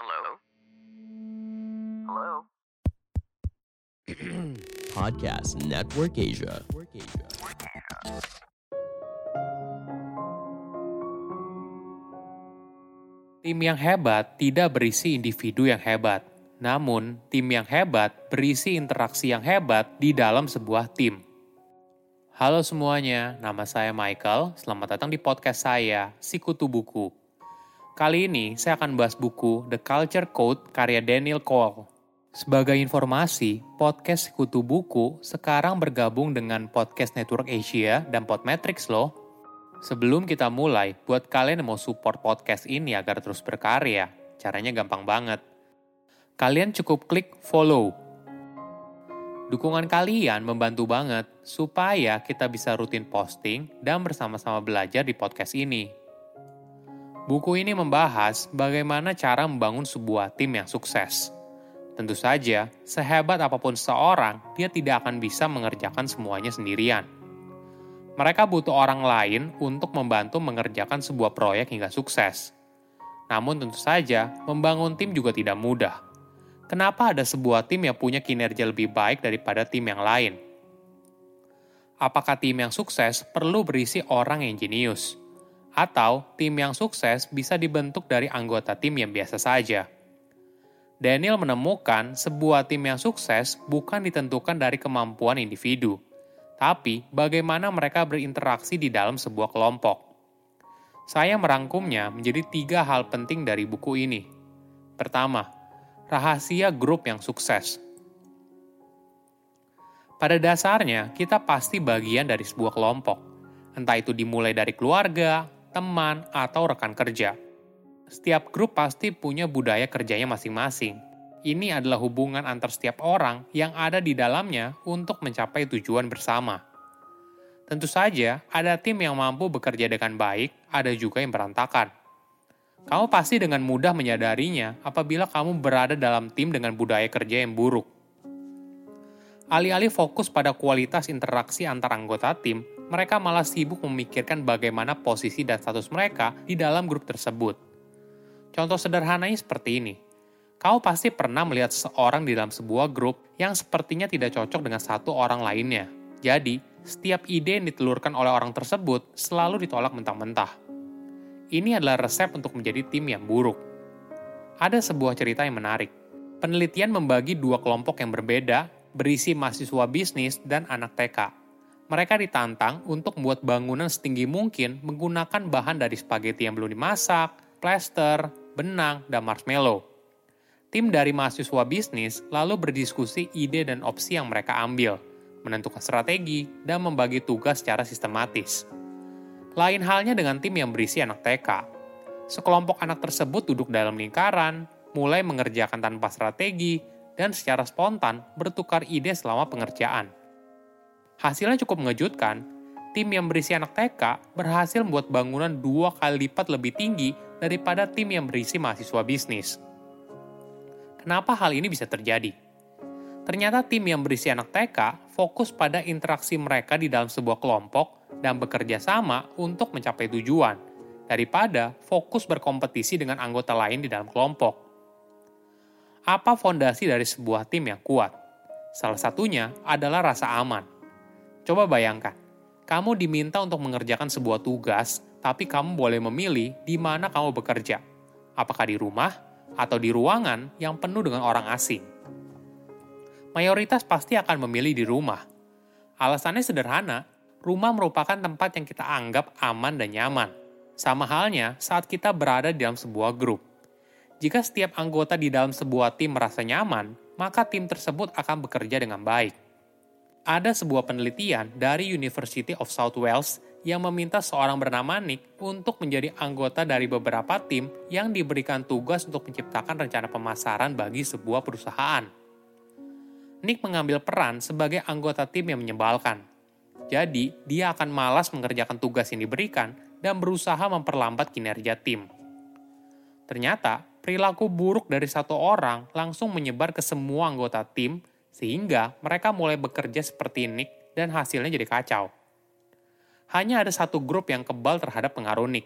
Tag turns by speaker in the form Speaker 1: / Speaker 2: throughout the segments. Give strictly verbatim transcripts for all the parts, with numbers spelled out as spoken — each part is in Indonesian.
Speaker 1: Hello? Hello?
Speaker 2: Podcast Network Asia.
Speaker 3: Tim yang hebat tidak berisi individu yang hebat. Namun, tim yang hebat berisi interaksi yang hebat di dalam sebuah tim. Halo semuanya, nama saya Michael. Selamat datang di podcast saya, Sikutu Buku. Kali ini saya akan bahas buku The Culture Code karya Daniel Cole. Sebagai informasi, podcast Sikutu Buku sekarang bergabung dengan Podcast Network Asia dan Podmetrics loh. Sebelum kita mulai, buat kalian yang mau support podcast ini agar terus berkarya, caranya gampang banget. Kalian cukup klik follow. Dukungan kalian membantu banget supaya kita bisa rutin posting dan bersama-sama belajar di podcast ini. Buku ini membahas bagaimana cara membangun sebuah tim yang sukses. Tentu saja, sehebat apapun seseorang, dia tidak akan bisa mengerjakan semuanya sendirian. Mereka butuh orang lain untuk membantu mengerjakan sebuah proyek hingga sukses. Namun tentu saja, membangun tim juga tidak mudah. Kenapa ada sebuah tim yang punya kinerja lebih baik daripada tim yang lain? Apakah tim yang sukses perlu berisi orang yang jenius? Atau tim yang sukses bisa dibentuk dari anggota tim yang biasa saja? Daniel menemukan sebuah tim yang sukses bukan ditentukan dari kemampuan individu, tapi bagaimana mereka berinteraksi di dalam sebuah kelompok. Saya merangkumnya menjadi tiga hal penting dari buku ini. Pertama, rahasia grup yang sukses. Pada dasarnya, kita pasti bagian dari sebuah kelompok. Entah itu dimulai dari keluarga, teman, atau rekan kerja. Setiap grup pasti punya budaya kerjanya masing-masing. Ini adalah hubungan antar setiap orang yang ada di dalamnya untuk mencapai tujuan bersama. Tentu saja, ada tim yang mampu bekerja dengan baik, ada juga yang berantakan. Kamu pasti dengan mudah menyadarinya apabila kamu berada dalam tim dengan budaya kerja yang buruk. Alih-alih fokus pada kualitas interaksi antar anggota tim, mereka malah sibuk memikirkan bagaimana posisi dan status mereka di dalam grup tersebut. Contoh sederhananya seperti ini. Kamu pasti pernah melihat seseorang di dalam sebuah grup yang sepertinya tidak cocok dengan satu orang lainnya. Jadi, setiap ide yang ditelurkan oleh orang tersebut selalu ditolak mentah-mentah. Ini adalah resep untuk menjadi tim yang buruk. Ada sebuah cerita yang menarik. Penelitian membagi dua kelompok yang berbeda, berisi mahasiswa bisnis dan anak T K. Mereka ditantang untuk membuat bangunan setinggi mungkin menggunakan bahan dari spaghetti yang belum dimasak, plester, benang, dan marshmallow. Tim dari mahasiswa bisnis lalu berdiskusi ide dan opsi yang mereka ambil, menentukan strategi, dan membagi tugas secara sistematis. Lain halnya dengan tim yang berisi anak T K. Sekelompok anak tersebut duduk dalam lingkaran, mulai mengerjakan tanpa strategi, dan secara spontan bertukar ide selama pengerjaan. Hasilnya cukup mengejutkan, tim yang berisi anak T K berhasil membuat bangunan dua kali lipat lebih tinggi daripada tim yang berisi mahasiswa bisnis. Kenapa hal ini bisa terjadi? Ternyata tim yang berisi anak T K fokus pada interaksi mereka di dalam sebuah kelompok dan bekerja sama untuk mencapai tujuan, daripada fokus berkompetisi dengan anggota lain di dalam kelompok. Apa fondasi dari sebuah tim yang kuat? Salah satunya adalah rasa aman. Coba bayangkan, kamu diminta untuk mengerjakan sebuah tugas, tapi kamu boleh memilih di mana kamu bekerja. Apakah di rumah atau di ruangan yang penuh dengan orang asing? Mayoritas pasti akan memilih di rumah. Alasannya sederhana, rumah merupakan tempat yang kita anggap aman dan nyaman. Sama halnya saat kita berada di dalam sebuah grup. Jika setiap anggota di dalam sebuah tim merasa nyaman, maka tim tersebut akan bekerja dengan baik. Ada sebuah penelitian dari University of South Wales yang meminta seorang bernama Nick untuk menjadi anggota dari beberapa tim yang diberikan tugas untuk menciptakan rencana pemasaran bagi sebuah perusahaan. Nick mengambil peran sebagai anggota tim yang menyebalkan. Jadi, dia akan malas mengerjakan tugas yang diberikan dan berusaha memperlambat kinerja tim. Ternyata, perilaku buruk dari satu orang langsung menyebar ke semua anggota tim, sehingga mereka mulai bekerja seperti Nick dan hasilnya jadi kacau. Hanya ada satu grup yang kebal terhadap pengaruh Nick,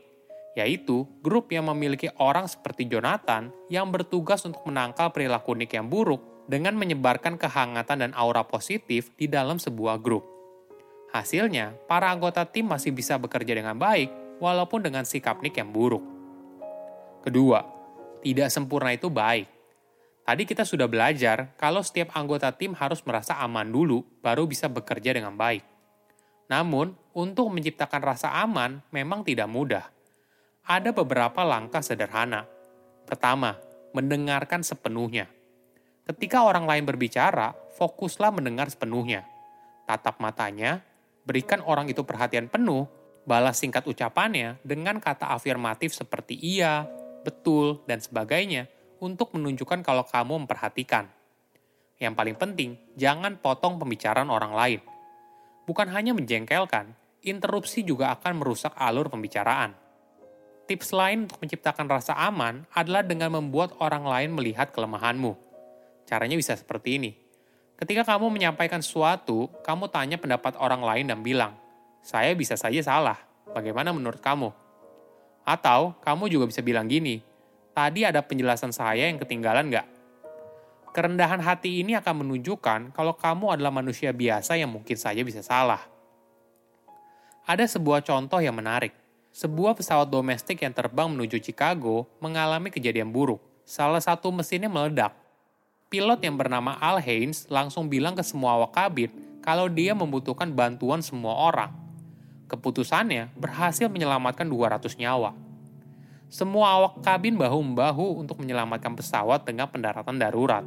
Speaker 3: yaitu grup yang memiliki orang seperti Jonathan yang bertugas untuk menangkal perilaku Nick yang buruk dengan menyebarkan kehangatan dan aura positif di dalam sebuah grup. Hasilnya, para anggota tim masih bisa bekerja dengan baik walaupun dengan sikap Nick yang buruk. Kedua, tidak sempurna itu baik. Tadi kita sudah belajar kalau setiap anggota tim harus merasa aman dulu baru bisa bekerja dengan baik. Namun, untuk menciptakan rasa aman memang tidak mudah. Ada beberapa langkah sederhana. Pertama, mendengarkan sepenuhnya. Ketika orang lain berbicara, fokuslah mendengar sepenuhnya. Tatap matanya, berikan orang itu perhatian penuh, balas singkat ucapannya dengan kata afirmatif seperti iya, betul, dan sebagainya untuk menunjukkan kalau kamu memperhatikan. Yang paling penting, jangan potong pembicaraan orang lain. Bukan hanya menjengkelkan, interupsi juga akan merusak alur pembicaraan. Tips lain untuk menciptakan rasa aman adalah dengan membuat orang lain melihat kelemahanmu. Caranya bisa seperti ini. Ketika kamu menyampaikan sesuatu, kamu tanya pendapat orang lain dan bilang, "Saya bisa saja salah, bagaimana menurut kamu?" Atau kamu juga bisa bilang gini, "Tadi ada penjelasan saya yang ketinggalan nggak?" Kerendahan hati ini akan menunjukkan kalau kamu adalah manusia biasa yang mungkin saja bisa salah. Ada sebuah contoh yang menarik. Sebuah pesawat domestik yang terbang menuju Chicago mengalami kejadian buruk. Salah satu mesinnya meledak. Pilot yang bernama Al Haynes langsung bilang ke semua awak kabin kalau dia membutuhkan bantuan semua orang. Keputusannya berhasil menyelamatkan dua ratus nyawa. Semua awak kabin bahu-membahu untuk menyelamatkan pesawat dengan pendaratan darurat.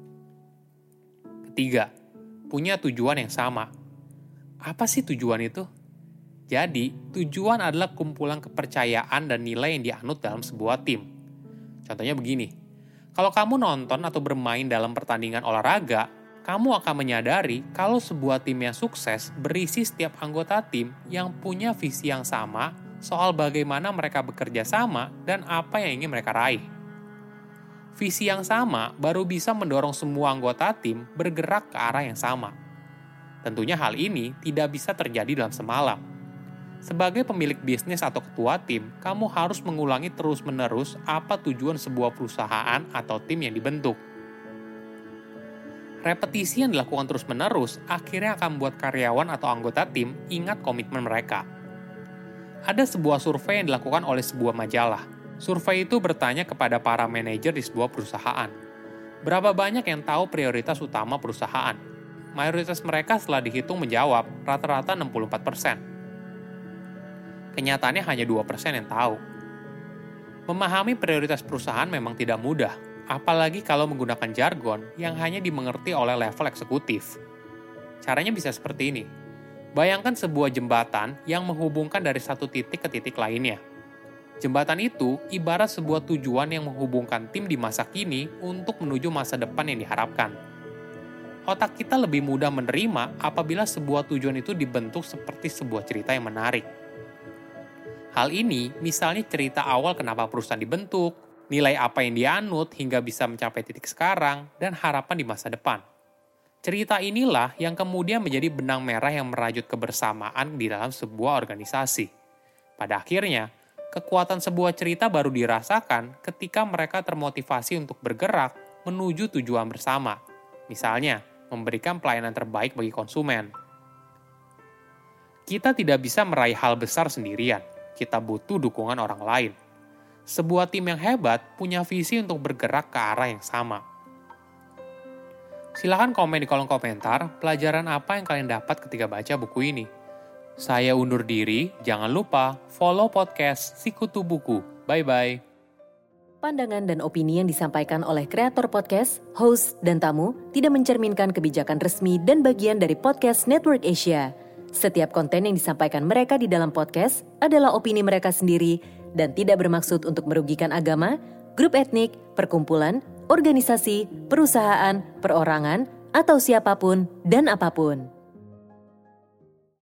Speaker 3: Ketiga, punya tujuan yang sama. Apa sih tujuan itu? Jadi, tujuan adalah kumpulan kepercayaan dan nilai yang dianut dalam sebuah tim. Contohnya begini, kalau kamu nonton atau bermain dalam pertandingan olahraga, kamu akan menyadari kalau sebuah tim yang sukses berisi setiap anggota tim yang punya visi yang sama soal bagaimana mereka bekerja sama dan apa yang ingin mereka raih. Visi yang sama baru bisa mendorong semua anggota tim bergerak ke arah yang sama. Tentunya hal ini tidak bisa terjadi dalam semalam. Sebagai pemilik bisnis atau ketua tim, kamu harus mengulangi terus-menerus apa tujuan sebuah perusahaan atau tim yang dibentuk. Repetisi yang dilakukan terus-menerus akhirnya akan membuat karyawan atau anggota tim ingat komitmen mereka. Ada sebuah survei yang dilakukan oleh sebuah majalah. Survei itu bertanya kepada para manajer di sebuah perusahaan. Berapa banyak yang tahu prioritas utama perusahaan? Mayoritas mereka setelah dihitung menjawab rata-rata enam puluh empat persen. Kenyataannya hanya dua persen yang tahu. Memahami prioritas perusahaan memang tidak mudah, apalagi kalau menggunakan jargon yang hanya dimengerti oleh level eksekutif. Caranya bisa seperti ini. Bayangkan sebuah jembatan yang menghubungkan dari satu titik ke titik lainnya. Jembatan itu ibarat sebuah tujuan yang menghubungkan tim di masa kini untuk menuju masa depan yang diharapkan. Otak kita lebih mudah menerima apabila sebuah tujuan itu dibentuk seperti sebuah cerita yang menarik. Hal ini misalnya cerita awal kenapa perusahaan dibentuk, nilai apa yang dianut hingga bisa mencapai titik sekarang, dan harapan di masa depan. Cerita inilah yang kemudian menjadi benang merah yang merajut kebersamaan di dalam sebuah organisasi. Pada akhirnya, kekuatan sebuah cerita baru dirasakan ketika mereka termotivasi untuk bergerak menuju tujuan bersama. Misalnya, memberikan pelayanan terbaik bagi konsumen. Kita tidak bisa meraih hal besar sendirian. Kita butuh dukungan orang lain. Sebuah tim yang hebat punya visi untuk bergerak ke arah yang sama. Silahkan komen di kolom komentar pelajaran apa yang kalian dapat ketika baca buku ini. Saya undur diri, jangan lupa follow podcast Sikutu Buku. Bye-bye.
Speaker 1: Pandangan dan opini yang disampaikan oleh kreator podcast, host, dan tamu tidak mencerminkan kebijakan resmi dan bagian dari Podcast Network Asia. Setiap konten yang disampaikan mereka di dalam podcast adalah opini mereka sendiri dan tidak bermaksud untuk merugikan agama, grup etnik, perkumpulan, organisasi, perusahaan, perorangan, atau siapapun dan apapun.